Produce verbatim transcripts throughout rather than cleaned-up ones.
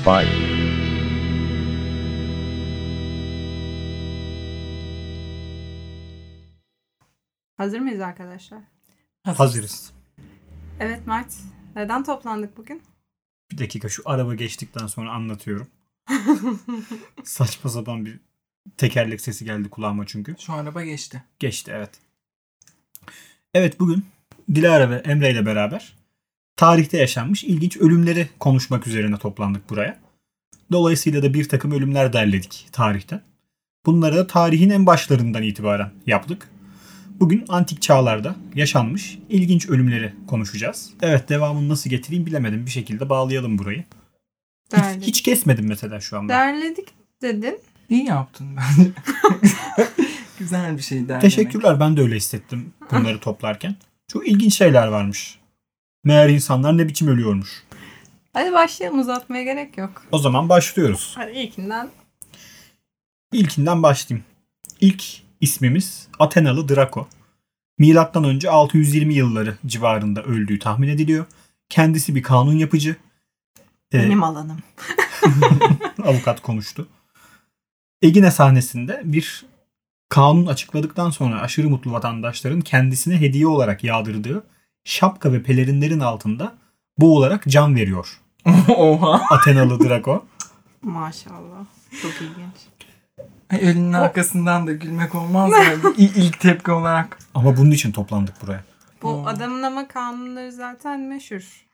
Bye. Hazır mıyız arkadaşlar? Hazırız. Evet Mert, neden toplandık bugün? Bir dakika, şu araba geçtikten sonra anlatıyorum. Saçma sapan bir tekerlek sesi geldi kulağıma çünkü. Şu araba geçti. Geçti, evet. Evet, bugün Dilara ve Emre ile beraber tarihte yaşanmış ilginç ölümleri konuşmak üzerine toplandık buraya. Dolayısıyla da bir takım ölümler derledik tarihten. Bunları da tarihin en başlarından itibaren yaptık. Bugün antik çağlarda yaşanmış ilginç ölümleri konuşacağız. Evet, devamını nasıl getireyim bilemedim. Bir şekilde bağlayalım burayı. Hiç, hiç kesmedim mesela şu anda. Derledik dedin. İyi yaptın bence. Güzel bir şey derlemek. Teşekkürler, ben de öyle hissettim bunları toplarken. Çok ilginç şeyler varmış. Meğer insanlar ne biçim ölüyormuş. Hadi başlayalım, uzatmaya gerek yok. O zaman başlıyoruz. Hadi ilkinden. İlkinden başlayayım. İlk ismimiz Atenalı Draco. Milattan önce altı yüz yirmi yılları civarında öldüğü tahmin ediliyor. Kendisi bir kanun yapıcı. Benim ee, alanım. Avukat konuştu. Egine sahnesinde bir kanun açıkladıktan sonra aşırı mutlu vatandaşların kendisine hediye olarak yağdırdığı şapka ve pelerinlerin altında boğularak can veriyor. Oha. Atenalı Draco. Maşallah. Çok ilginç. Ölünün arkasından da gülmek olmaz mı? İlk tepki olarak. Ama bunun için toplandık buraya. Bu Oo. adamın ama kanunları zaten meşhur.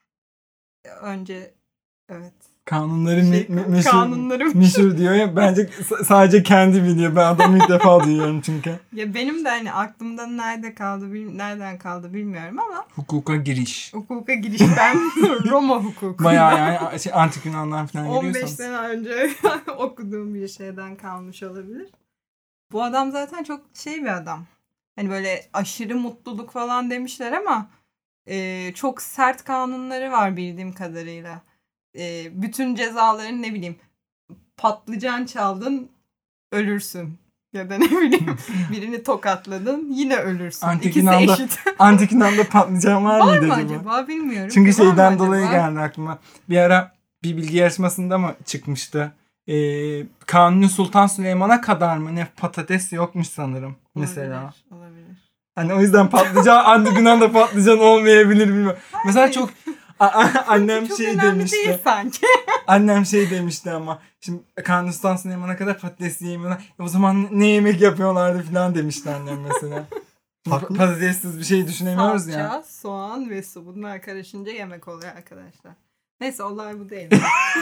Önce evet. Kanunları Şey, me- me- meşhur, kanunları meşhur diyor ya. Bence s- sadece kendi biliyor. Ben adamı ilk defa duyuyorum çünkü. Ya benim de hani aklımda nerede kaldı, bil- nereden kaldı bilmiyorum ama. Hukuka giriş. Hukuka girişten Roma hukuku. Bayağı yani şey, antik Yunan'dan falan on beş geliyorsanız. sene önce okuduğum bir şeyden kalmış olabilir. Bu adam zaten çok şey bir adam. Hani böyle aşırı mutluluk falan demişler ama e, çok sert kanunları var bildiğim kadarıyla. E, bütün cezaların ne bileyim patlıcan çaldın ölürsün. Ya da ne bileyim birini tokatladın yine ölürsün. Antik İkisi Yunan'da, eşit. Antik Yunan'da patlıcan var, Var mıydı mı acaba? acaba bilmiyorum. Çünkü Var mı şeyden acaba? dolayı geldi aklıma. Bir ara bir bilgi yarışmasında mı çıkmıştı? Ee, Kanuni Sultan Süleyman'a kadar mı ne patates yokmuş sanırım mesela. Olabilir, olabilir. Hani o yüzden patlıcan Antik Yunan'da patlıcan olmayabilir bilmiyorum. Mesela çok a- a- annem çok şey önemli demişti. değil sanki. Annem şey demişti ama şimdi Kanuni Sultan Süleyman'a kadar patates yiyemiyorlar. E o zaman ne yemek yapıyorlardı falan demişti annem mesela. Haklı. Patatessiz bir şey düşünemiyoruz Salça, ya. soğan ve su bunlar karışınca yemek oluyor arkadaşlar. Neyse olay bu değil.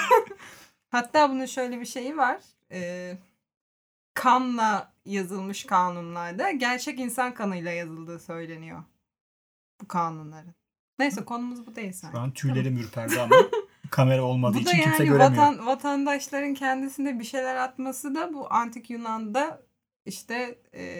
Hatta bunun şöyle bir şeyi var. Ee, kanla yazılmış kanunlarda gerçek insan kanıyla yazıldığı söyleniyor. Bu kanunların. Neyse konumuz bu değil sanki. Şu an tüylerim ürperdi ama kamera olmadığı Bu da için kimse yani göremiyor. vatan, vatandaşların kendisinde bir şeyler atması da bu antik Yunan'da işte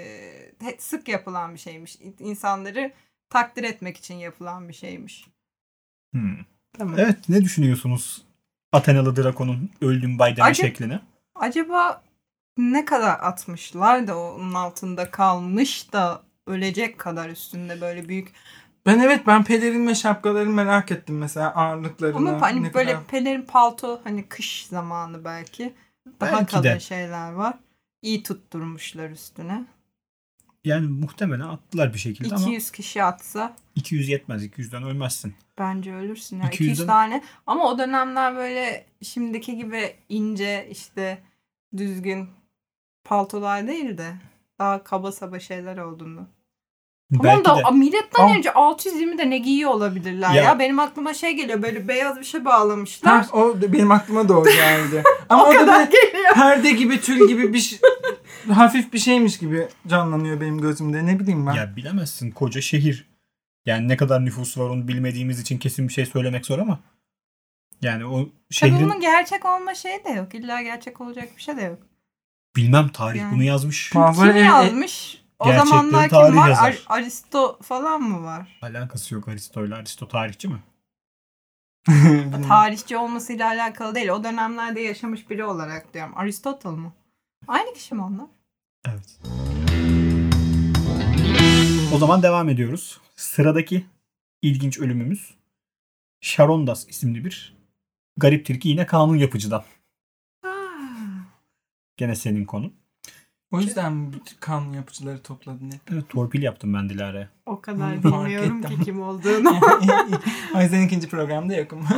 e, sık yapılan bir şeymiş. İnsanları takdir etmek için yapılan bir şeymiş. Hmm. Tamam. Evet, ne düşünüyorsunuz Atenalı Draco'nun öldüm bay deme Acaba- şekline? Acaba ne kadar atmışlar da onun altında kalmış da ölecek kadar üstünde böyle büyük. Ben evet ben pelerin ve şapkaları merak ettim mesela ağırlıklarını. Ama hani ne böyle kadar... pelerin palto hani kış zamanı belki. Daha Belki kalın de. şeyler var. İyi tutturmuşlar üstüne. Yani muhtemelen attılar bir şekilde iki yüz ama kişi atsa iki yüz yetmez. iki yüzden ölmezsin. bence ölürsün. Ya. iki yüzden iki yüz tane. Ama o dönemler böyle şimdiki gibi ince işte düzgün paltolar değil de daha kaba saba şeyler olduğunu. Tamam Belki da de. milattan Ama- önce altı yüz yirmide ne giyiyor olabilirler ya. Ya. Benim aklıma şey geliyor böyle beyaz bir şey bağlamışlar. Ha, o da benim aklıma da o geldi. Ama o o, da kadar böyle geliyor. perde gibi tül gibi bir şey, hafif bir şeymiş gibi canlanıyor benim gözümde. Ne bileyim ben. Ya bilemezsin, koca şehir. Yani ne kadar nüfusu var onu bilmediğimiz için kesin bir şey söylemek zor ama. Yani o Tabii şehrin bunun gerçek olma şeyi de yok. İlla gerçek olacak bir şey de yok. bilmem tarih Yani. bunu yazmış. Fazla Kim e- e- yazmış? O Gerçekleri zamanlar kim tarih var? yazar. Ar- Aristo falan mı var? Alakası yok Aristo'yla. Aristo tarihçi mi? Bilmiyorum. Tarihçi olmasıyla alakalı değil. O dönemlerde yaşamış biri olarak diyorum. Aristotle mu? Aynı kişi mi onlar? Evet. O zaman devam ediyoruz. Sıradaki ilginç ölümümüz Charondas isimli bir Garip tilki yine kanun yapıcıdan. Aa, Gene senin konun. O yüzden mi bütün kanun yapıcıları topladın hep? Evet, torpil yaptım ben Dilara'ya. o kadar Hı, bilmiyorum fark ki ettim. kim olduğunu. O yüzden ikinci programda yokum.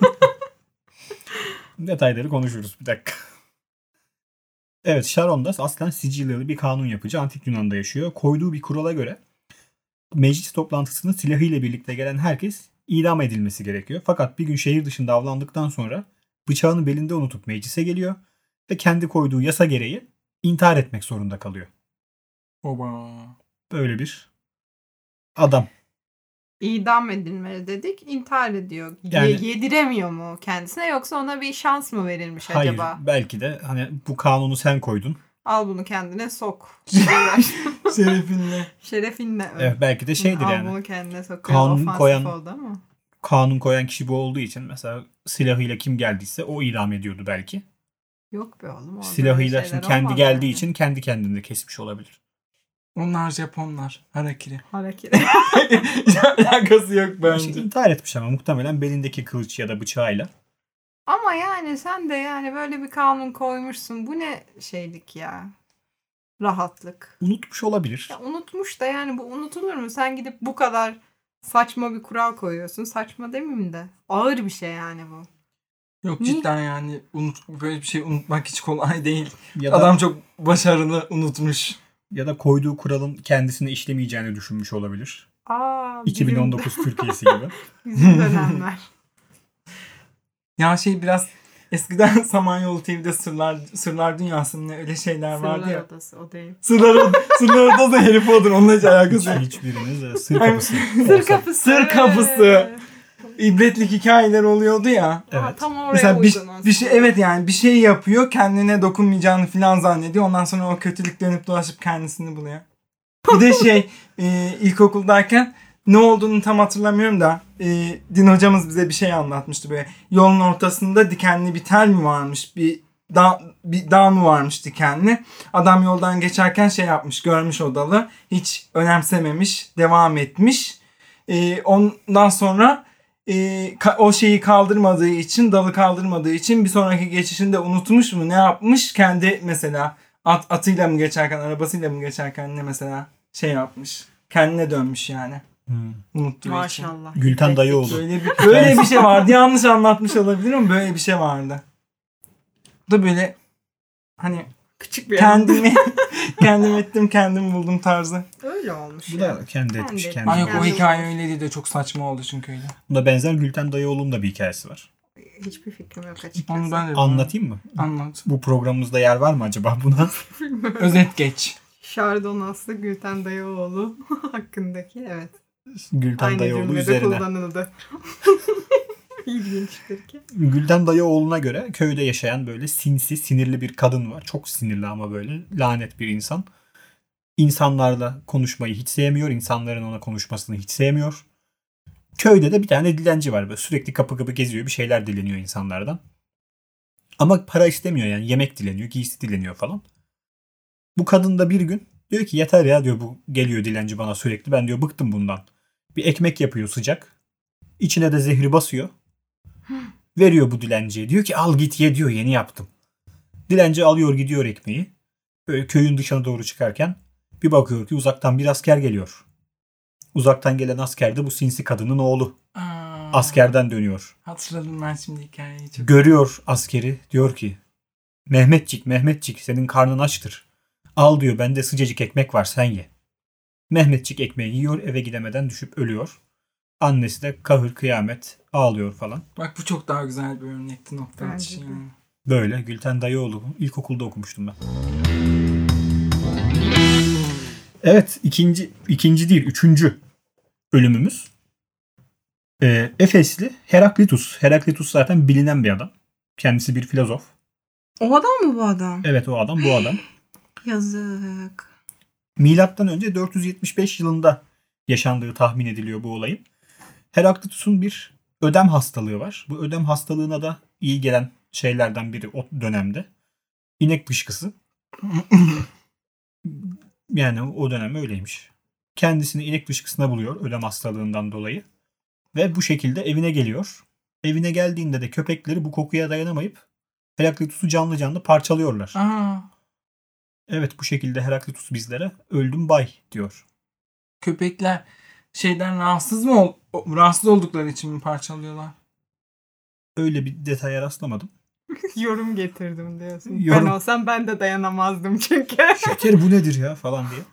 Detayları konuşuruz bir dakika. Evet, Sharon da aslen Sicilyalı bir kanun yapıcı. Antik Yunan'da yaşıyor. Koyduğu bir kurala göre meclis toplantısına silahıyla birlikte gelen herkes idam edilmesi gerekiyor. Fakat bir gün şehir dışında avlandıktan sonra bıçağını belinde unutup meclise geliyor ve kendi koyduğu yasa gereği intihar etmek zorunda kalıyor. Oba. Böyle bir adam. İdam edilmeli dedik. İntihar ediyor. Ye- Yani- yediremiyor mu kendisine yoksa ona bir şans mı verilmiş Hayır, acaba? belki de hani bu kanunu sen koydun. Al bunu kendine sok. Şerefinle. Şerefinle öl. Evet, belki de şeydir Al yani. bunu kendine sok. Kanun Ofansif koyan- oldu ama. Kanun koyan kişi bu olduğu için mesela silahıyla kim geldiyse o idam ediyordu belki. Yok be oğlum. orada Silahıyla öyle şimdi şeyler kendi olmaz geldiği yani. için kendi kendini kesmiş olabilir. Onlar Japonlar. Harakiri. Hareket. Hiç alakası yok İşte bence. intihar etmiş ama muhtemelen belindeki kılıç ya da bıçağıyla. Ama yani sen de yani böyle bir kanun koymuşsun. Bu ne şeylik ya? Rahatlık. Unutmuş olabilir. Ya unutmuş da yani bu unutulur mu? Sen gidip bu kadar saçma bir kural koyuyorsun. Saçma demeyeyim de. Ağır bir şey yani bu. Yok Niye? cidden yani unut, böyle bir şey unutmak hiç kolay değil. Ya da, Adam çok başarılı unutmuş. ya da koyduğu kuralın kendisine işlemeyeceğini düşünmüş olabilir. Aa, iki bin on dokuz bizim, Türkiye'si gibi. bizim dönemler. Ya şey biraz eskiden Samanyolu T V'de Sırlar Sırlar Dünyası'nın öyle şeyler vardı Sırlar ya. Odası o değil. Sırlar, Sırlar Odası Harry Potter onunla hiç alakası Hiç, yok. hiçbiriniz e, sır kapısı. Sır olsa- kapısı. Sır kapısı. İbretlik hikayeler oluyordu ya. Aa, Evet. tam oraya Mesela bir, uygun aslında. bir şey evet yani bir şey yapıyor kendine dokunmayacağını falan zannediyor. Ondan sonra o kötülük dönüp dolaşıp kendisini buluyor. Bir de şey e, ilkokuldayken ne olduğunu tam hatırlamıyorum da e, din hocamız bize bir şey anlatmıştı böyle. Yolun ortasında dikenli bir tel mi varmış? Bir dağ, bir dağ mı varmış dikenli? Adam yoldan geçerken şey yapmış, görmüş o dalı. Hiç önemsememiş, devam etmiş. E, ondan sonra e, ka- o şeyi kaldırmadığı için, dalı kaldırmadığı için bir sonraki geçişinde unutmuş mu? Ne yapmış? Kendi mesela at, atıyla mı geçerken, arabasıyla mı geçerken ne mesela şey yapmış. Kendine dönmüş yani. Hmm. Unuttuğu için. Maşallah. Gülten Dayıoğlu. Böyle bir, böyle bir şey vardı. Yanlış anlatmış olabilirim ama böyle bir şey vardı. Bu da böyle hani Küçük bir yandı. kendimi kendim ettim kendim buldum tarzı. Öyle olmuş Bu ya. da kendi etmiş. Kendi Kendi Ay yok o Yani- hikaye öyle değil de çok saçma oldu çünkü öyle. Buna benzer Gülten Dayıoğlu'nun da bir hikayesi var. Hiçbir fikrim yok açıkçası. Onu ben de Anlatayım mı? Anlat. Bu programımızda yer var mı acaba buna? Özet geç. Şardonaslı Gülten Dayıoğlu hakkındaki evet. Gülten Aynı Dayıoğlu cümlede üzerine. kullanıldı. İlginçtir ki. Gülten Dayıoğlu'na göre köyde yaşayan böyle sinsi, sinirli bir kadın var. Çok sinirli ama böyle lanet bir insan. İnsanlarla konuşmayı hiç sevmiyor. İnsanların ona konuşmasını hiç sevmiyor. Köyde de bir tane dilenci var. Böyle sürekli kapı kapı geziyor. Bir şeyler dileniyor insanlardan. Ama para istemiyor yani. Yemek dileniyor, giysi dileniyor falan. Bu kadın da bir gün diyor ki yeter ya diyor bu geliyor dilenci bana sürekli. Ben diyor bıktım bundan. Bir ekmek yapıyor sıcak. İçine de zehri basıyor. Veriyor bu dilenciye. Diyor ki al git ye diyor yeni yaptım. Dilenci alıyor gidiyor ekmeği. Böyle köyün dışına doğru çıkarken bir bakıyor ki uzaktan bir asker geliyor. Uzaktan gelen asker de bu sinsi kadının oğlu. Aa, Askerden dönüyor. Hatırladım ben şimdi hikayeyi çok. Görüyor askeri diyor ki Mehmetçik Mehmetçik senin karnın açtır. Al diyor bende sıcacık ekmek var sen ye. Mehmetçik ekmeği yiyor eve gidemeden düşüp ölüyor. Annesi de kahır kıyamet ağlıyor falan. Bak bu çok daha güzel bir örnekti nokta Bence atışı de. yani. Böyle Gülten Dayıoğlu ilkokulda okumuştum ben. Evet ikinci ikinci değil üçüncü ölümümüz. Ee, Efesli Heraklitus. Heraklitus zaten bilinen bir adam. Kendisi bir filozof. O adam mı bu adam? Evet o adam bu adam. Yazık. Milattan önce dört yüz yetmiş beş yılında yaşandığı tahmin ediliyor bu olayın. Heraklitus'un bir ödem hastalığı var. Bu ödem hastalığına da iyi gelen şeylerden biri o dönemde. İnek dışkısı. Yani o dönem öyleymiş. Kendisini inek dışkısına buluyor ödem hastalığından dolayı. Ve bu şekilde evine geliyor. Evine geldiğinde de köpekleri bu kokuya dayanamayıp Heraklitus'u canlı canlı parçalıyorlar. Aa, Evet, bu şekilde Heraklitus bizlere öldüm bay diyor. köpekler şeyden rahatsız mı ol rahatsız oldukları için mi parçalıyorlar? Öyle bir detaya rastlamadım. Yorum getirdim diyorsun. Yorum. Ben olsam ben de dayanamazdım çünkü. Şeker bu nedir ya falan diye.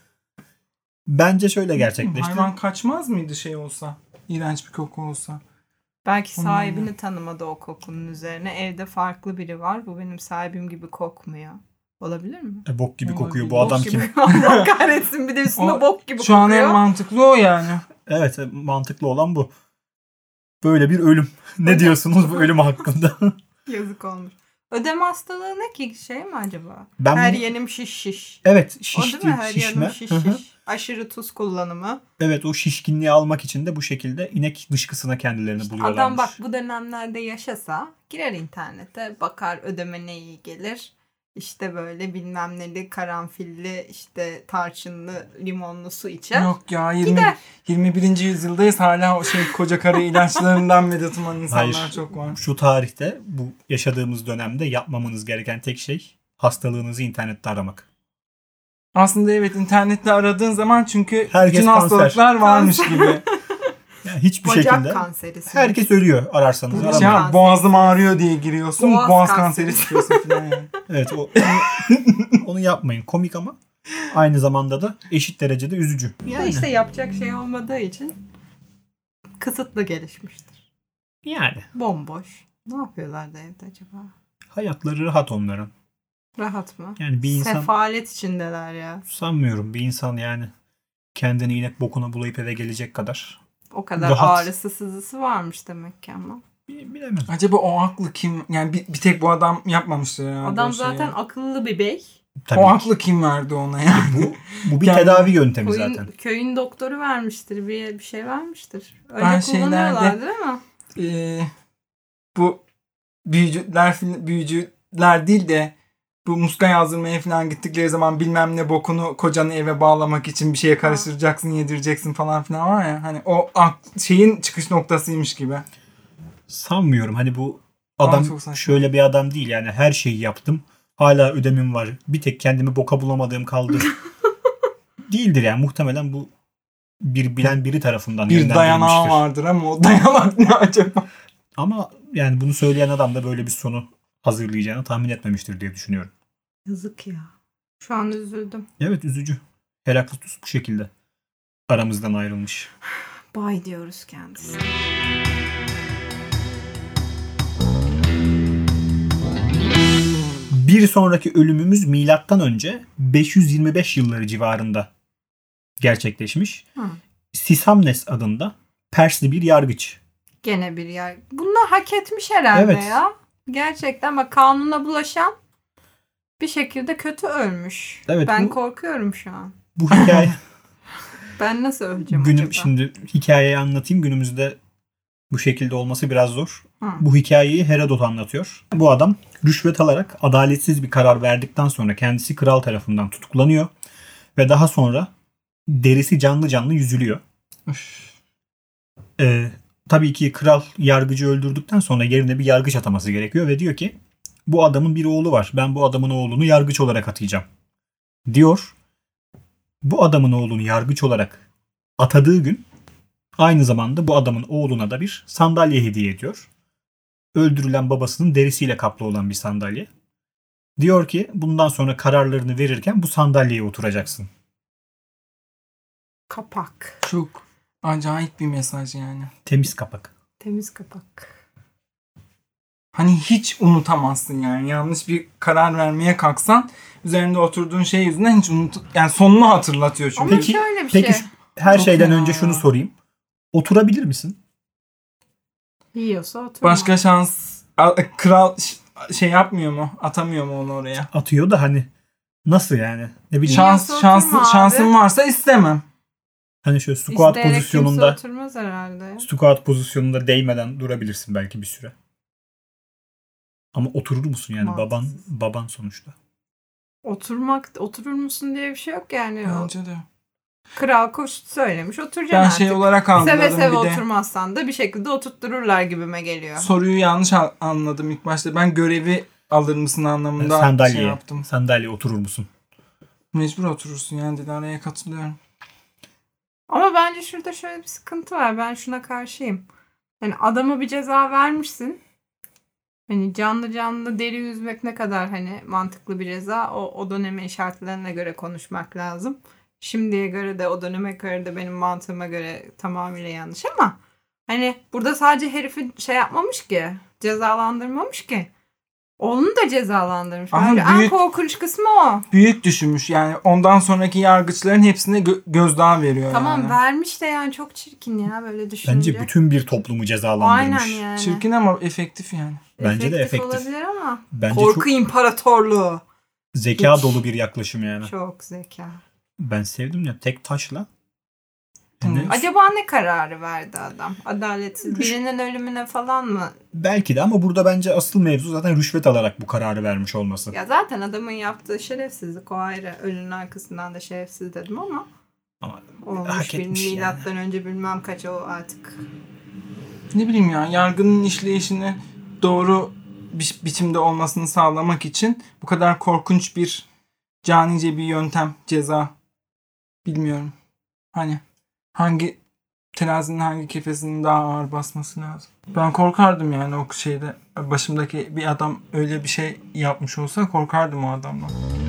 Bence şöyle gerçekleşti. Hayvan kaçmaz mıydı şey olsa? İğrenç bir koku olsa. Belki Ondan sahibini ya. tanımadı o kokunun üzerine. Evde farklı biri var. Bu benim sahibim gibi kokmuyor. Olabilir mi? E, bok gibi Olabilir. kokuyor. Bu Bok adam Bok kim? gibi. Allah kahretsin, bir de üstüne O- bok gibi Şu an kokuyor. en mantıklı o yani. Evet, e, mantıklı olan bu. Böyle bir ölüm. Ne diyorsunuz bu ölüm hakkında? Yazık olmuş. Ödem hastalığı ne ki, şey mi acaba? Ben Her bunu- yenim şiş şiş. Evet, O şişti, değil mi? Her şişme. yerim şiş Hı hı. şiş. Aşırı tuz kullanımı. Evet, o şişkinliği almak için de bu şekilde inek dışkısına kendilerini buluyorlarmış. Adam bak bu dönemlerde yaşasa girer internete, bakar ödeme ne iyi gelir. İşte böyle bilmem neli, karanfilli, işte tarçınlı, limonlu su içer. Yok ya yirmi, Gider. yirmi birinci yüzyıldayız hala o şey koca karı ilaçlarından medet uman insanlar Hayır. çok var. Şu tarihte, bu yaşadığımız dönemde yapmamanız gereken tek şey hastalığınızı internette aramak. Aslında evet internette aradığın zaman çünkü Herkes bütün kanser. hastalıklar varmış gibi. Yani hiçbir Bacak şekilde kanseri. herkes ölüyor ararsanız. Bu Şey, aramayın. Bacak- ya, boğazım ağrıyor diye giriyorsun. Boğaz Boğaz, kanseri. kanseri çıkıyorsun falan yani. Evet, o, onu, onu yapmayın. Komik ama aynı zamanda da eşit derecede üzücü. Ya işte yapacak şey olmadığı için kısıtlı gelişmiştir. Yani Bomboş. Ne yapıyorlardı evde acaba? hayatları rahat onların. Rahat mı? Yani bir insan, Sefalet içindeler ya. sanmıyorum bir insan yani kendini inek bokuna bulayıp eve gelecek kadar. O kadar Rahat. ağrısı sızısı varmış demek ki ama. Bi- Bilemem. Acaba o aklı kim? Yani bir, bir tek bu adam yapmamıştır herhalde. Adam o şeyi. zaten akıllı bir bey. Tabii O ki. aklı kim verdi ona ya? Bu, bu bir Yani- tedavi yöntemi Köyün, zaten. köyün doktoru vermiştir. Bir, bir şey vermiştir. Öyle Ben kullanıyorlar şeylerde- değil mi? Ee, bu büyücüler film- büyücüler değil de bu muska yazdırmaya falan gittikleri zaman bilmem ne bokunu kocanı eve bağlamak için bir şeye karıştıracaksın, yedireceksin falan filan var ya. Hani o ak- şeyin çıkış noktasıymış gibi. Sanmıyorum. Hani bu Bana adam çok saçma. şöyle bir adam değil. Yani her şeyi yaptım. Hala ödemim var. Bir tek kendimi boka bulamadığım kaldı. Değildir yani. Muhtemelen bu bir bilen biri tarafından Bir dayanağı yönlendirilmiştir. vardır ama o dayanak ne acaba? Ama yani bunu söyleyen adam da böyle bir sonu hazırlayacağını tahmin etmemiştir diye düşünüyorum. Yazık ya. Şu an üzüldüm. Evet, üzücü. Heraklitus bu şekilde aramızdan ayrılmış. Bay diyoruz kendisine. Bir sonraki ölümümüz milattan önce beş yüz yirmi beş yılları civarında gerçekleşmiş. Hı. Sisamnes adında Persli bir yargıç. Gene bir yer. Bunlar hak etmiş herhalde Evet. ya. Gerçekten bak, kanuna bulaşan bir şekilde kötü ölmüş. Evet, ben bu- korkuyorum şu an. Bu hikaye Ben nasıl öleceğim günüm acaba? şimdi hikayeyi anlatayım. Günümüzde bu şekilde olması biraz zor. Hı. Bu hikayeyi Herodot anlatıyor. Bu adam rüşvet alarak adaletsiz bir karar verdikten sonra kendisi kral tarafından tutuklanıyor ve daha sonra derisi canlı canlı yüzülüyor. Ee, tabii ki kral yargıcı öldürdükten sonra yerine bir yargıç ataması gerekiyor ve diyor ki bu adamın bir oğlu var. Ben bu adamın oğlunu yargıç olarak atayacağım. Diyor. Bu adamın oğlunu yargıç olarak atadığı gün aynı zamanda bu adamın oğluna da bir sandalye hediye ediyor. Öldürülen babasının derisiyle kaplı olan bir sandalye. Diyor ki bundan sonra kararlarını verirken bu sandalyeye oturacaksın. Kapak. Çok acayip bir mesaj yani. Temiz kapak. Temiz kapak. Hani hiç unutamazsın yani. Yanlış bir karar vermeye kalksan üzerinde oturduğun şey yüzünden hiç unut yani sonunu hatırlatıyor çünkü. Ama Peki- şöyle bir Peki şey. şu- her Çok şeyden fena önce ya. şunu sorayım. Oturabilir misin? Yiyorsa oturma. Başka şans a- kral ş- şey yapmıyor mu? Atamıyor mu onu oraya? Atıyor da hani nasıl yani? Ne bileyim. Şans- Şans şans oturma abi. şansın varsa istemem. Hani şöyle squat İsteyerek pozisyonunda kimse oturmaz herhalde. ya. squat pozisyonunda değmeden durabilirsin belki bir süre. Ama oturur musun yani? Mantıksız. Baban baban sonuçta. Oturmak, oturur musun diye bir şey yok yani. O- Bence de. Kral koş söylemiş oturacaksın Ben artık. şey olarak anladım. Seve seve bir de oturmazsan da bir şekilde oturttururlar gibime geliyor. soruyu yanlış an- anladım ilk başta. Ben görevi alır mısın anlamında Sandalyeye, şey yaptım. sandalyeye oturur musun? Mecbur oturursun yani, Dilara'ya katılıyorum. Ama bence şurada şöyle bir sıkıntı var. Ben şuna karşıyım. Yani adama bir ceza vermişsin. Hani canlı canlı deri yüzmek ne kadar hani mantıklı bir ceza. O, o dönemin şartlarına göre konuşmak lazım. Şimdiye göre de o döneme göre de benim mantığıma göre tamamıyla yanlış ama hani burada sadece herifi şey yapmamış ki, cezalandırmamış ki. Oğlunu da cezalandırmış. Ama Bence büyük- en korkunç kısmı o. Büyük düşünmüş yani, ondan sonraki yargıçların hepsine gö- gözdağı veriyor Tamam yani. vermiş de yani çok çirkin ya böyle düşününce. Bence bütün bir toplumu cezalandırmış. Aynen yani. Çirkin ama efektif yani. Bence de efektif. olabilir ama. Bence Korku çok imparatorluğu. zeka Hiç. dolu bir yaklaşım yani. Çok zeka. Ben sevdim ya, tek taşla. Hmm. Yani Acaba ne kararı verdi adam? Adaletsiz birinin ölümüne falan mı? belki de, ama burada bence asıl mevzu zaten rüşvet alarak bu kararı vermiş olması. Ya zaten adamın yaptığı şerefsizlik o ayrı. Ölünün arkasından da şerefsiz dedim ama Ama olmuş hak bir etmiş milattan önce bilmem kaç o artık. Ne bileyim ya, yargının işleyişini doğru bir biçimde olmasını sağlamak için bu kadar korkunç bir canice bir yöntem, ceza, bilmiyorum. Hani hangi terazinin hangi kefesinin daha ağır basması lazım. Ben korkardım yani o şeyde, başımdaki bir adam öyle bir şey yapmış olsa korkardım o adamdan.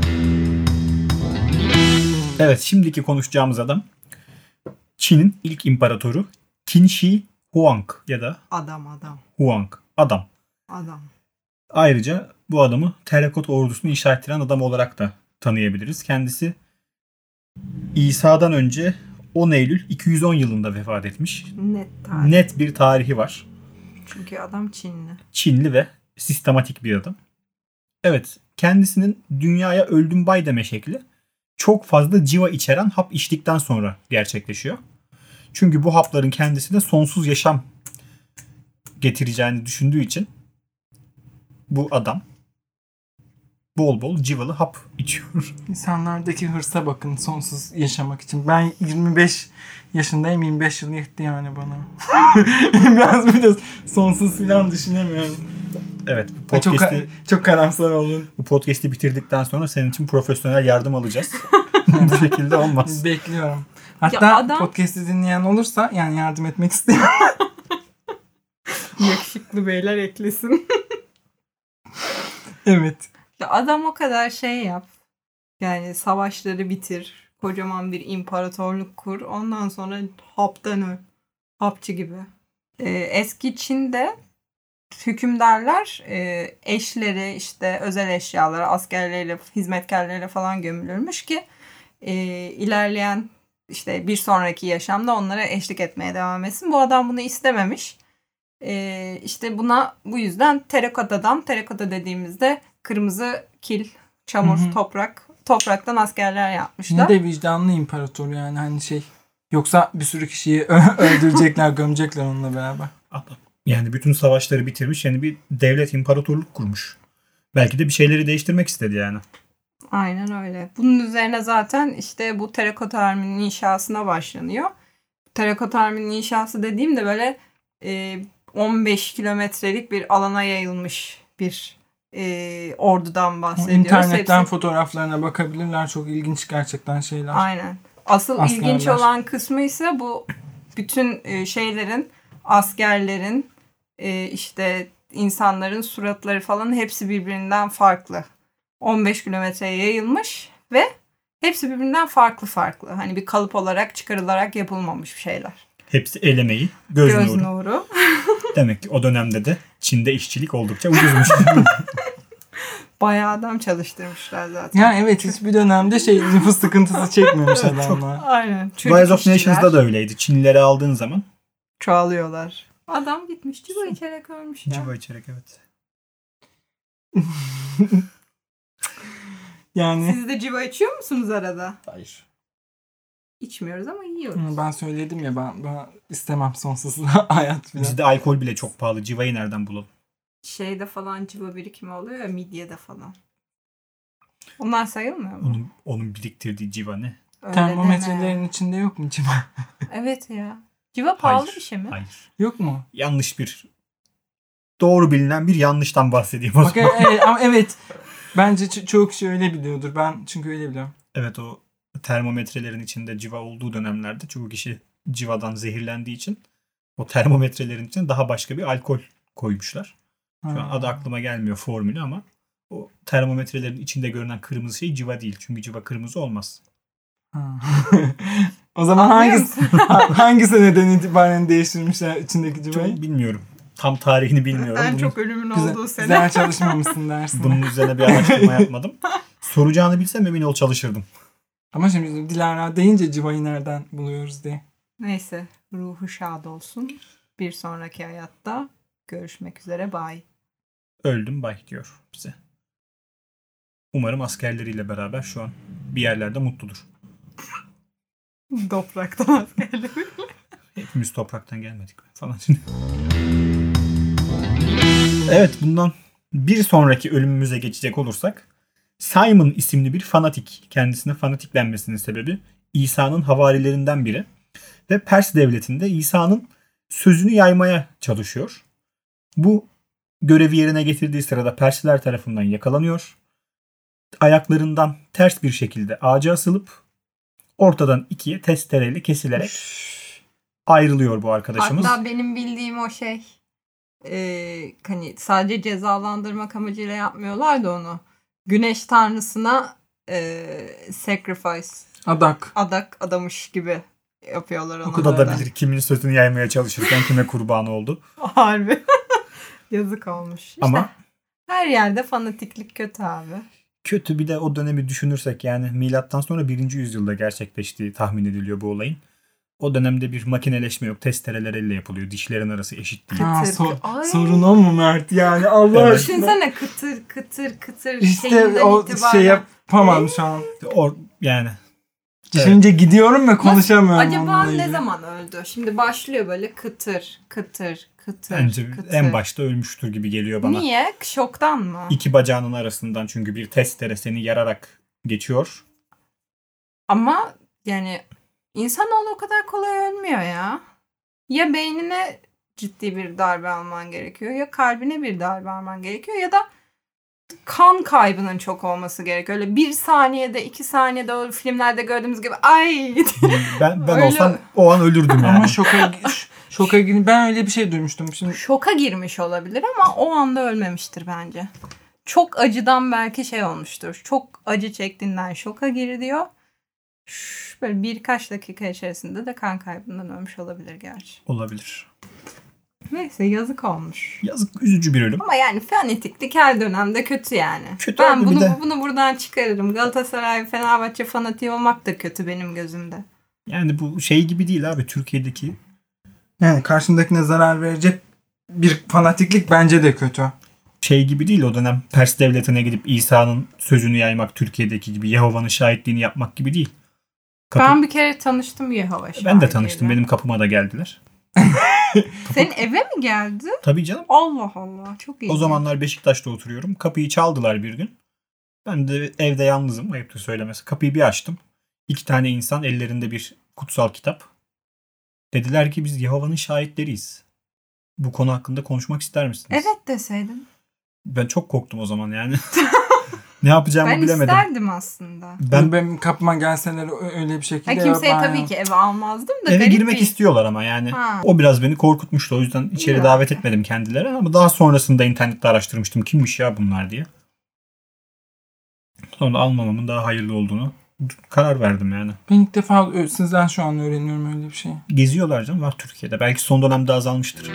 Evet, şimdiki konuşacağımız adam Çin'in ilk imparatoru Qin Shi Huang ya da Adam adam. Huang. Adam. Adam. Ayrıca bu adamı Terakota ordusunu inşa ettiren adam olarak da tanıyabiliriz. Kendisi İsa'dan önce on Eylül iki yüz on yılında vefat etmiş. Net tarih. Net bir tarihi var. Çünkü adam Çinli. Çinli ve sistematik bir adam. Evet, kendisinin dünyaya öldüm bay deme şekli çok fazla civa içeren hap içtikten sonra gerçekleşiyor. Çünkü bu hapların kendisine sonsuz yaşam getireceğini düşündüğü için bu adam bol bol civalı hap içiyor. İnsanlardaki hırsa bakın, sonsuz yaşamak için. Ben yirmi beş yaşındayım, yirmi beş yıl yetti yani bana. Biraz bir de sonsuz falan düşünemiyorum. Evet, bu Çok, podcast'i, çok karamsar oldun. bu podcast'i bitirdikten sonra senin için profesyonel yardım alacağız. Bu şekilde olmaz. Bekliyorum. Hatta Ya adam- podcast'i dinleyen olursa, yani yardım etmek isteyen. Yakışıklı beyler eklesin. Evet. Ya adam o kadar şey yap. Yani savaşları bitir. Kocaman bir imparatorluk kur. Ondan sonra haptan öl. Hapçı gibi. Ee, eski Çin'de hükümdarlar e, eşleri işte özel eşyaları askerleriyle hizmetkarlarıyla falan gömülürmüş ki e, ilerleyen işte bir sonraki yaşamda onlara eşlik etmeye devam etsin. Bu adam bunu istememiş. E, işte buna bu yüzden terakotadan, terakota dediğimizde kırmızı kil, çamur, Hı hı. toprak, topraktan askerler yapmışlar. Ne de vicdanlı imparator yani, hani şey. Yoksa bir sürü kişiyi ö- öldürecekler, gömecekler onunla beraber. Adam. Yani bütün savaşları bitirmiş, yani bir devlet, imparatorluk kurmuş. Belki de bir şeyleri değiştirmek istedi yani. Aynen öyle. Bunun üzerine zaten işte bu terakota harminin inşasına başlanıyor. Terakota harminin inşası dediğimde böyle e, on beş kilometrelik bir alana yayılmış bir e, ordudan bahsediyoruz. İnternetten Hepsi- fotoğraflarına bakabilirler. Çok ilginç gerçekten şeyler. Aynen. Asıl Askerler. ilginç olan kısmı ise bu bütün e, şeylerin, askerlerin, e, işte insanların suratları falan hepsi birbirinden farklı. on beş kilometreye yayılmış ve hepsi birbirinden farklı farklı. Hani bir kalıp olarak çıkarılarak yapılmamış bir şeyler. Hepsi el emeği, göz, Göz nuru. nuru. Demek ki o dönemde de Çin'de işçilik oldukça ucuzmuş. Bayağı adam çalıştırmışlar zaten. Ya evet, hiçbir dönemde şey nüfus sıkıntısı çekmemiş adamlar. Aynen. Çocuk Rise of işçiler Nations'da da öyleydi. Çinlileri aldığın zaman çoğalıyorlar. Adam gitmiş civa içerek ölmüş ya. civa içerek, evet. Yani Siz de civa içiyor musunuz arada? Hayır. İçmiyoruz ama yiyoruz. ben söyledim ya, ben, ben istemem sonsuz hayat falan. Bizde alkol bile çok pahalı. Civayı nereden bulalım? Şeyde falan civa birikimi oluyor ya midyede falan. Onlar sayılmıyor mu? Onun, onun biriktirdiği civa ne? Öyle Termometrelerin deme. içinde yok mu civa? Evet ya. Civa pahalı Hayır, bir şey mi? Hayır. Yok mu? Yanlış bir doğru bilinen bir yanlıştan bahsedeyim o Bak, zaman. evet, ama evet. Bence ço- çoğu kişi öyle biliyordur. Ben çünkü öyle biliyorum. Evet, o termometrelerin içinde civa olduğu dönemlerde çoğu kişi civadan zehirlendiği için o termometrelerin içine daha başka bir alkol koymuşlar. Şu an adı aklıma gelmiyor formülü ama o termometrelerin içinde görünen kırmızı şey civa değil. Çünkü civa kırmızı olmaz. Ha. O zaman Anlıyor hangi musun? hangi seneden itibaren değiştirmişler içindeki civayı? Çok bilmiyorum. Tam tarihini bilmiyorum. En Bunun, çok ölümün Güzel, olduğu sene. güzel çalışmamışsın dersin. bunun üzerine bir araştırma yapmadım. Soracağını bilsem emin ol çalışırdım. Ama şimdi Dilara deyince civayı nereden buluyoruz diye. Neyse, ruhu şad olsun. Bir sonraki hayatta görüşmek üzere. Bye. Öldüm bay diyor bize. Umarım askerleriyle beraber şu an bir yerlerde mutludur. Topraktan askerleri. Hepimiz topraktan gelmedik falan. Evet, bundan bir sonraki ölümümüze geçecek olursak Simon isimli bir fanatik, kendisine fanatik denmesinin sebebi İsa'nın havarilerinden biri ve Pers devletinde İsa'nın sözünü yaymaya çalışıyor. Bu görevi yerine getirdiği sırada Persliler tarafından yakalanıyor. Ayaklarından ters bir şekilde ağaca asılıp ortadan ikiye testereyle kesilerek ayrılıyor bu arkadaşımız. Hatta benim bildiğim o şey e, hani sadece cezalandırmak amacıyla yapmıyorlar da onu. Güneş tanrısına e, sacrifice, Adak. adak adamış gibi yapıyorlar onu. O O kadar da da. bilir kimin sözünü yaymaya çalışırken kime kurban oldu. Harbi. Yazık olmuş. İşte Ama her yerde fanatiklik kötü abi. kötü, bir de o dönemi düşünürsek yani milattan sonra birinci yüzyılda gerçekleştiği tahmin ediliyor bu olayın. O dönemde bir makineleşme yok. Testereler elle yapılıyor. Dişlerin arası eşit değil. Ha, Kıtır. so- Ay. sorun o mu Mert yani Allah Evet. aşkına. Düşünsene kıtır kıtır kıtır İşte şeyinden o itibaren. şey yapamam şu an. Or, yani Düşünce gidiyorum ve konuşamıyorum. Acaba onunla ne ilgili. zaman öldü? Şimdi başlıyor böyle kıtır kıtır kıtır bence kıtır. en başta ölmüştür gibi geliyor bana. Niye? Şoktan mı? İki bacağının arasından, çünkü bir testere seni yararak geçiyor. Ama yani insanoğlu o kadar kolay ölmüyor ya. Ya beynine ciddi bir darbe alman gerekiyor ya kalbine bir darbe alman gerekiyor ya da kan kaybının çok olması gerekiyor. Öyle bir saniyede iki saniyede o filmlerde gördüğümüz gibi ay Ben ben Öyle- olsam o an ölürdüm yani. Ama şoka şoka girdim. Ben öyle bir şey duymuştum. Şimdi şoka girmiş olabilir ama o anda ölmemiştir bence. Çok acıdan belki şey olmuştur. Çok acı çektiğinden şoka gir diyor. Şş, Böyle birkaç dakika içerisinde de kan kaybından ölmüş olabilir gerçi. Olabilir. Neyse yazık olmuş. Yazık, üzücü bir ölüm. Ama yani fanatiklik her dönemde kötü yani. Kötü ben abi, bunu bir de- bunu buradan çıkarırım. Galatasaray, Fenerbahçe fanatiği olmak da kötü benim gözümde. Yani bu şey gibi değil abi, Türkiye'deki yani karşındakine zarar verecek bir fanatiklik bence de kötü. şey gibi değil, o dönem Pers devletine gidip İsa'nın sözünü yaymak, Türkiye'deki gibi Yehova'nın şahitliğini yapmak gibi değil. Kapı- Ben bir kere tanıştım Yehova ben de şahidiyle. tanıştım. Benim kapıma da geldiler. Senin eve mi geldi? Tabii canım. Allah Allah, çok iyi. O zamanlar Beşiktaş'ta oturuyorum. Kapıyı çaldılar bir gün. Ben de evde yalnızım, ayıptır söylemesi. Kapıyı bir açtım. İki tane insan, ellerinde bir kutsal kitap. Dediler ki biz Yehova'nın şahitleriyiz. Bu konu hakkında konuşmak ister misiniz? Evet deseydin. Ben çok korktum o zaman yani. Ne yapacağımı Ben bilemedim. isterdim aslında. Ben Ben benim kapıma gelseler ö- öyle bir şekilde Ha, kimseyi yapmam tabii ya. ki eve almazdım da. eve garip girmek bir- istiyorlar ama yani. Ha. O biraz beni korkutmuştu. O yüzden içeri İyi davet bari. etmedim kendilerine, ama daha sonrasında internette araştırmıştım. Kimmiş ya bunlar diye. Sonra almamamın daha hayırlı olduğunu karar verdim yani. Ben ilk defa ö- sizden şu an öğreniyorum öyle bir şey. Geziyorlar canım, var Türkiye'de. Belki son dönemde azalmıştır.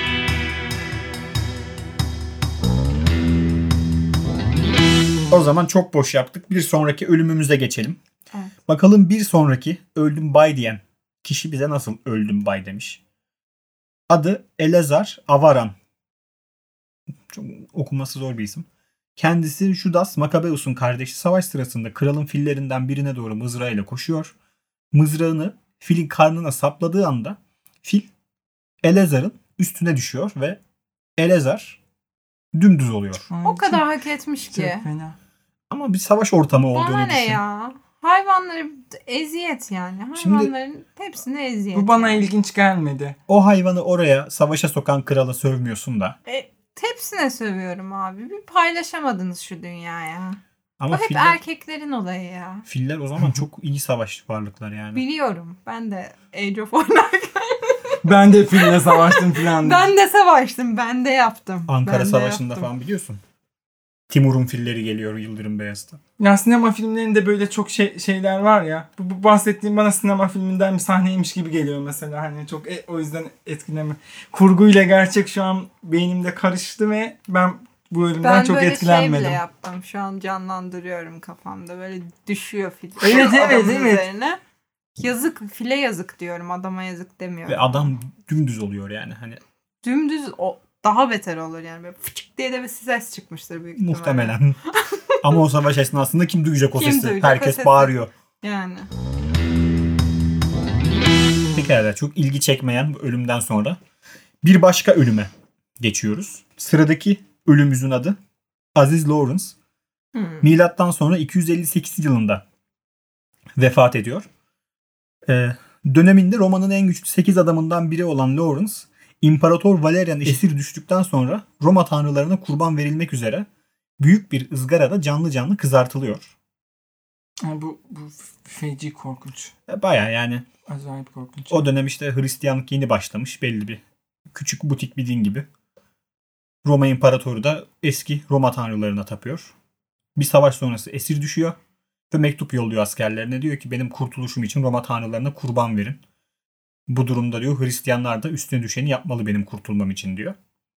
O zaman çok boş yaptık. Bir sonraki ölümümüze geçelim. Evet. Bakalım bir sonraki öldüm bay diyen kişi bize nasıl öldüm bay demiş. Adı Elazar Avaran. Çok okunması zor bir isim. Kendisi Judas Makabeus'un kardeşi. Savaş sırasında kralın fillerinden birine doğru mızrağıyla koşuyor. Mızrağını filin karnına sapladığı anda fil Elazar'ın üstüne düşüyor ve Elazar dümdüz oluyor. O kadar hak etmiş Çok, ki. çok fena. Ama bir savaş ortamı olduğunu Bana ne düşün. ya? Hayvanları eziyet yani. Hayvanların Şimdi, hepsine eziyet. Bu bana yani. ilginç gelmedi. O hayvanı oraya savaşa sokan krala sövmüyorsun da. E, hepsine sövüyorum abi. Bir paylaşamadınız şu dünyaya. Ama Bu hep filler, erkeklerin olayı ya. Filler o zaman çok iyi savaş varlıklar yani. Biliyorum. Ben de Age of oynarken. Ben de fille savaştım falan. ben de savaştım. Ben de yaptım. Ankara ben Savaşı'nda falan biliyorsun. Timur'un filleri geliyor Yıldırım Beyaz'da. Ya sinema filmlerinde böyle çok şey, şeyler var ya. Bu, bu bahsettiğim bana sinema filminden bir sahneymiş gibi geliyor mesela. Hani çok e, o yüzden etkileme. Kurguyla gerçek şu an beynimde karıştı ve ben bu bölümden ben çok böyle etkilenmedim. şey bile yaptım. Şu an canlandırıyorum kafamda. Böyle düşüyor fil. Evet, evet, Adamın evet. üzerine. Yazık, file yazık diyorum. Adama yazık demiyorum. Ve adam dümdüz oluyor yani. Hani Dümdüz o daha beter olur yani. Böyle fıçık diye de bir ses çıkmıştır büyük ihtimalle. muhtemelen. Ama o savaş esnasında kim duyacak o Kim sesi? duyacak o Herkes sesi? bağırıyor. Yani. Pekala, çok ilgi çekmeyen bu ölümden sonra bir başka ölüme geçiyoruz. Sıradaki ölümümüzün adı Aziz Lawrence. Hmm. Milattan sonra iki yüz elli sekiz yılında vefat ediyor. Ee, döneminde Roma'nın en güçlü sekiz adamından biri olan Lawrence, İmparator Valerian esir düştükten sonra Roma tanrılarına kurban verilmek üzere büyük bir ızgarada canlı canlı kızartılıyor. Yani bu, bu feci korkunç. Baya yani Acayip korkunç. o dönem işte Hristiyanlık yeni başlamış, belli bir küçük butik bir din gibi. Roma İmparatoru da eski Roma tanrılarına tapıyor. Bir savaş sonrası esir düşüyor ve mektup yolluyor askerlerine. Diyor ki benim kurtuluşum için Roma tanrılarına kurban verin. Bu durumda diyor Hristiyanlar da üstüne düşeni yapmalı benim kurtulmam için diyor.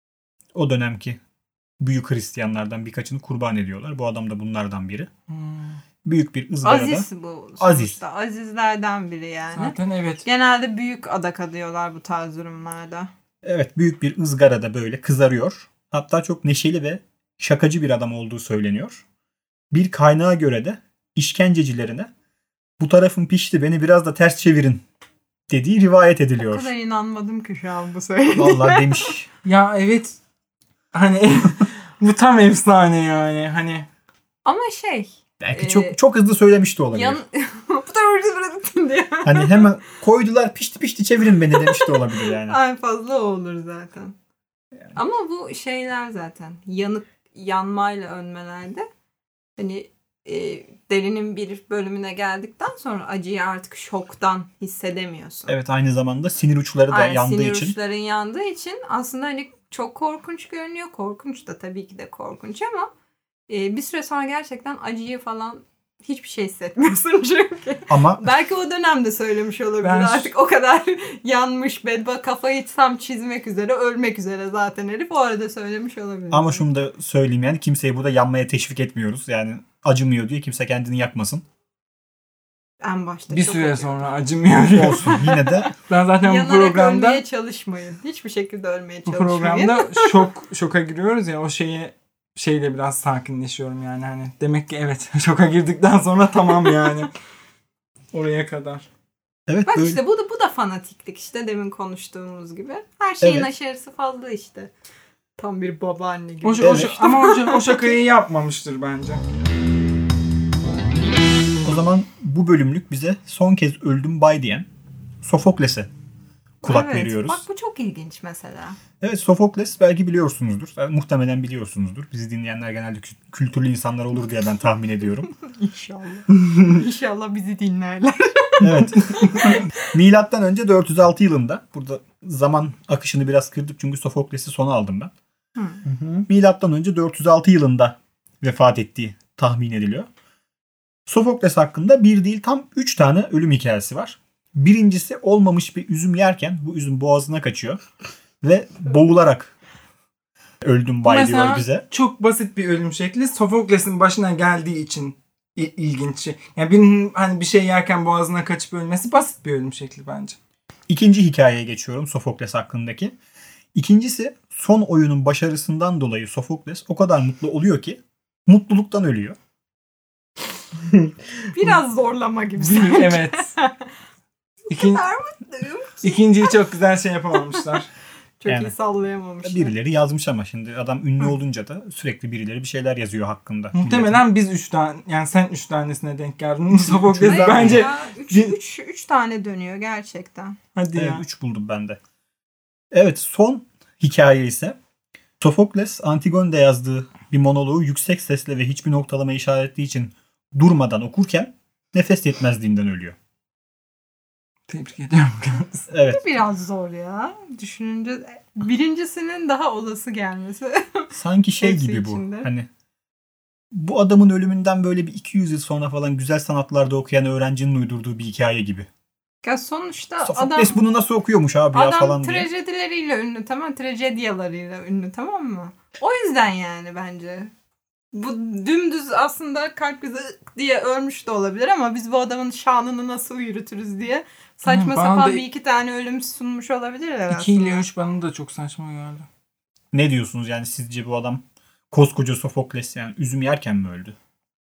O dönemki büyük Hristiyanlardan birkaçını kurban ediyorlar. Bu adam da bunlardan biri. Hmm. Büyük bir ızgarada. Aziz bu. Aziz. Sonuçta. Azizlerden biri yani. Zaten evet. Genelde büyük adak adıyorlar bu tarz durumlarda. Evet, büyük bir ızgarada böyle kızarıyor. Hatta çok neşeli ve şakacı bir adam olduğu söyleniyor. Bir kaynağa göre de işkencecilerine bu tarafım pişti beni biraz da ters çevirin dediği rivayet ediliyor. O kadar inanmadım ki şu an bu söylediğine. Vallahi demiş. Ya evet. Hani bu tam efsane yani. Hani Ama şey. Belki Ee, çok çok hızlı söylemiş de olabilir. Yan... bu da orada bıraktın diye. Hani hemen koydular pişti pişti çevirin beni demiş de olabilir yani. En fazla o olur zaten. Yani. Ama bu şeyler zaten yanık yanmayla önmelerde hani e, derinin bir bölümüne geldikten sonra acıyı artık şoktan hissedemiyorsun. Evet, aynı zamanda sinir uçları da Aynen, yandığı sinir için. Sinir uçların yandığı için aslında hani çok korkunç görünüyor. Korkunç da tabii ki de korkunç ama e, bir süre sonra gerçekten acıyı falan hiçbir şey hissetmiyorsun çünkü. Ama belki o dönemde söylemiş olabilir. Ben... Artık o kadar yanmış bedba kafayı tam çizmek üzere ölmek üzere zaten herif o arada söylemiş olabilir. Ama şunu da söyleyeyim yani kimseyi burada yanmaya teşvik etmiyoruz. Yani acımıyor diye kimse kendini yakmasın. En başta bir çok süre oluyor. sonra acımıyor. Olsun yine de. Ben zaten Yanarak bu programda ölmeye çalışmayın. Hiçbir şekilde ölmeye bu çalışmayın. programda şok şoka giriyoruz ya o şeye şeyle biraz sakinleşiyorum yani hani demek ki evet şoka girdikten sonra tamam yani oraya kadar. Evet, bak böyle... işte bu da bu da fanatiklik işte demin konuştuğumuz gibi. Her şeyin evet. aşırısı fazla işte. Tam bir babaanne gibi. O, o, Evet. ama o, o şakayı yapmamıştır bence. O zaman bu bölümlük bize son kez öldüm bay diyen Sofokles'e kulak evet, veriyoruz. Bak bu çok ilginç mesela. Evet, Sofokles belki biliyorsunuzdur. Yani, muhtemelen biliyorsunuzdur. Bizi dinleyenler genelde kü- kültürlü insanlar olur diye ben tahmin ediyorum. İnşallah. İnşallah bizi dinlerler. Evet. Milattan önce dört yüz altı yılında, burada zaman akışını biraz kırdık çünkü Sofokles'i sona aldım ben. Hı. Milattan önce dört yüz altı yılında vefat ettiği tahmin ediliyor. Sofokles hakkında bir değil tam üç tane ölüm hikayesi var. Birincisi olmamış bir üzüm yerken bu üzüm boğazına kaçıyor ve boğularak öldüm bay mesela diyor bize. Çok basit bir ölüm şekli. Sofokles'in başına geldiği için ilginç. Yani birinin hani bir şey yerken boğazına kaçıp ölmesi basit bir ölüm şekli bence. İkinci hikayeye geçiyorum Sofokles hakkındaki. İkincisi son oyunun başarısından dolayı Sofokles o kadar mutlu oluyor ki mutluluktan ölüyor. Biraz zorlama gibi. Evet. İkin... İkinciyi çok güzel şey yapamamışlar. Çok Yani iyi sallayamamışlar. Birileri yazmış ama şimdi adam ünlü olunca da sürekli birileri bir şeyler yazıyor hakkında. Muhtemelen milletin. Biz üç tane, yani sen üç tanesine denk geldin. Sofokles'e Hayır bence. Ya, üç, üç, üç tane dönüyor gerçekten. Hadi evet, ya. üç buldum ben de. Evet, son hikaye ise Sofokles Antigone'de yazdığı bir monoloğu yüksek sesle ve hiçbir noktalama işaretli için durmadan okurken nefes yetmezliğinden ölüyor. Tebrik ediyorum. Evet. Biraz zor ya. Düşününce birincisinin daha olası gelmesi. Sanki şey Hepsi gibi bu. içinde. Hani bu adamın ölümünden böyle bir iki yüz yıl sonra falan güzel sanatlarda okuyan öğrencinin uydurduğu bir hikaye gibi. Ya sonuçta Sofokles adam bunu nasıl okuyormuş abi ya adam falan diye. trajedileriyle ünlü, tamam, trajedyalarıyla ünlü, tamam mı? O yüzden yani bence. Bu dümdüz aslında kalp krizi diye ölmüş de olabilir ama biz bu adamın şanını nasıl yürütürüz diye saçma Hı, bana sapan da- bir iki tane ölüm sunmuş olabilirler aslında. iki ile üç bana da çok saçma geldi. Ne diyorsunuz yani, sizce bu adam koskoca Sofokles yani üzüm yerken mi öldü?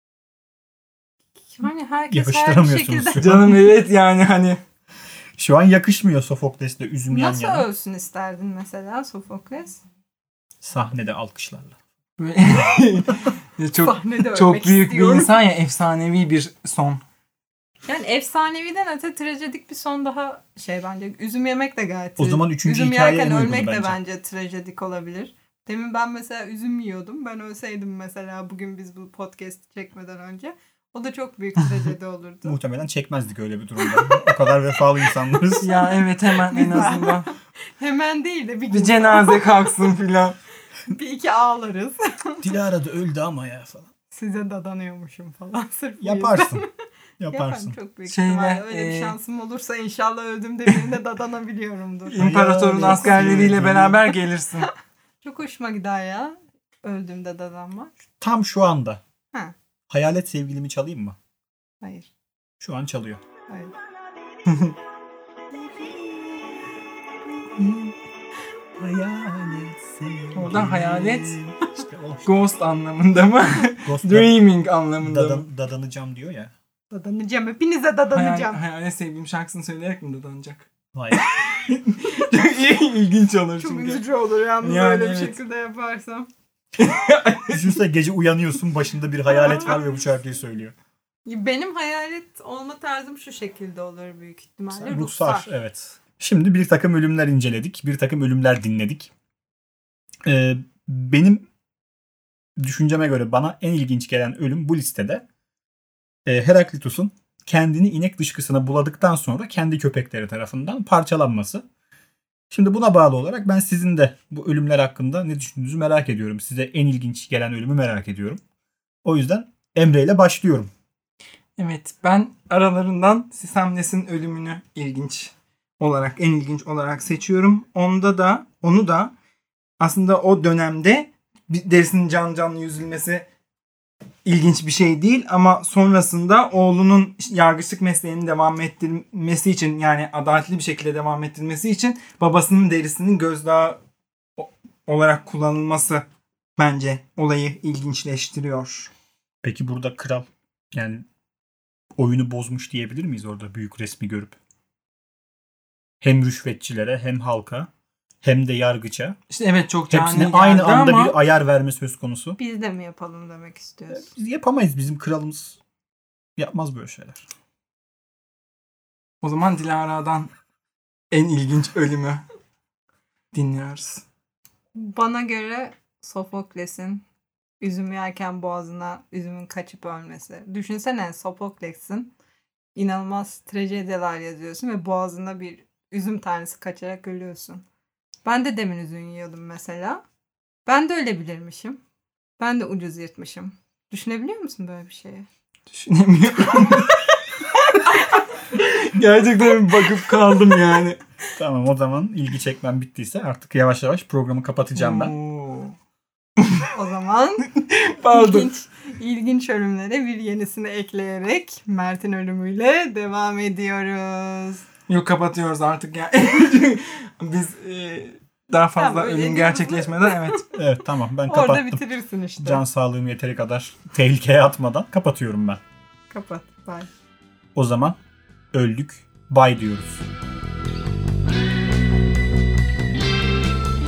Yani herkes her Yakıştıramıyorsunuz şekilde şu an. Canım evet yani hani. Şu an yakışmıyor Sofokles'le üzüm yan nasıl yana. ölsün isterdin mesela Sofokles? Sahnede alkışlarla. Böyle- çok Sahnede çok ölmek büyük istiyorum. bir insan ya, efsanevi bir son. Yani efsaneviden öte trajedik bir son daha şey bence. Üzüm yemek de gayet. O zaman üçüncü üzüm hikaye yerken en uygunu ölmek de bence. bence trajedik olabilir. Demin ben mesela üzüm yiyordum. Ben ölseydim mesela bugün biz bu podcast çekmeden önce. O da çok büyük trajedi olurdu. Muhtemelen çekmezdik öyle bir durumda. O kadar vefalı insanlarız. Ya evet, hemen en azından. Hemen değil de bir, Bir gün cenaze kalksın filan. bir iki ağlarız. Dilara da öldü ama ya falan. Size dadanıyormuşum falan. Sırf bu Yaparsın. yüzden. Yaparsın. Yaparım çok büyük Şeyle, ihtimalle. Öyle bir e, şansım olursa inşallah öldüğümde birine dadanabiliyorumdur. İmparatorun Hayal askerleriyle etsin. beraber gelirsin. Çok hoşuma gider ya. Öldüğümde dadanmak. Tam şu anda. Ha. Hayalet sevgilimi çalayım mı? Hayır. Şu an çalıyor. Hayır. Hayalet sevgili. Orada hayalet İşte o. ghost anlamında mı? Ghost Dreaming anlamında mı? dadan, dadanacağım diyor ya. Dadanacağım. Hepinize Hayal, dadanacağım. hayalet sevgilim şarkısını söyleyerek mi dadanacak? Hayır. Çok iyi, ilginç olur Çok çünkü. üzücü olur yalnız Yani öyle bir evet. şekilde yaparsam. Düşünsene gece uyanıyorsun, başında bir hayalet var ve bu şarkıyı söylüyor. Benim hayalet olma tarzım şu şekilde olur büyük ihtimalle. Ruhsar. Ruhsar. Evet. Şimdi bir takım ölümler inceledik. Bir takım ölümler dinledik. Ee, benim düşünceme göre bana en ilginç gelen ölüm bu listede e, Heraklitus'un kendini inek dışkısına buladıktan sonra kendi köpekleri tarafından parçalanması. Şimdi buna bağlı olarak ben sizin de bu ölümler hakkında ne düşündüğünüzü merak ediyorum. Size en ilginç gelen ölümü merak ediyorum. O yüzden Emre ile başlıyorum. Evet, ben aralarından Sisamnes'in ölümünü ilginç olarak, en ilginç olarak seçiyorum. Onda da, onu da aslında o dönemde bir derisinin can canlı yüzülmesi ilginç bir şey değil ama sonrasında oğlunun yargıçlık mesleğini devam ettirmesi için, yani adaletli bir şekilde devam ettirmesi için babasının derisinin gözdağı olarak kullanılması bence olayı ilginçleştiriyor. Peki burada kral yani oyunu bozmuş diyebilir miyiz orada büyük resmi görüp? Hem rüşvetçilere hem halka hem de yargıça. İşte evet, çok cani Hepsine geldi aynı anda ama bir ayar verme söz konusu. Biz de mi yapalım demek istiyoruz? Biz yapamayız. Bizim kralımız yapmaz böyle şeyler. o zaman Dilara'dan en ilginç ölümü dinliyoruz. Bana göre Sofokles'in üzüm yerken boğazına üzümün kaçıp ölmesi. Düşünsene, Sofokles'in inanılmaz trajedyalar yazıyorsun ve boğazına bir üzüm tanesi kaçarak ölüyorsun. Ben de demin üzüm yiyordum mesela. Ben de ölebilirmişim. Ben de ucuz yırtmışım. Düşünebiliyor musun böyle bir şeyi? Düşünemiyorum. Gerçekten bir bakıp kaldım yani. Tamam, o zaman ilgi çekmem bittiyse artık yavaş yavaş programı kapatacağım ben. Oo. O zaman Pardon. ilginç, ilginç ölümlere bir yenisini ekleyerek Mert'in ölümüyle devam ediyoruz. Yok, kapatıyoruz artık yani. Biz e, daha fazla Tamam, öyle ölüm diyoruz. gerçekleşmeden evet. Evet, tamam, ben Orada kapattım. bitirirsin işte. Can sağlığım yeteri kadar tehlikeye atmadan kapatıyorum ben. Kapat. Bye. O zaman öldük. Bye diyoruz.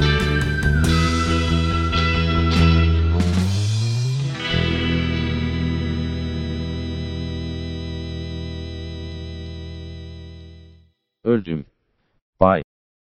Öldüm.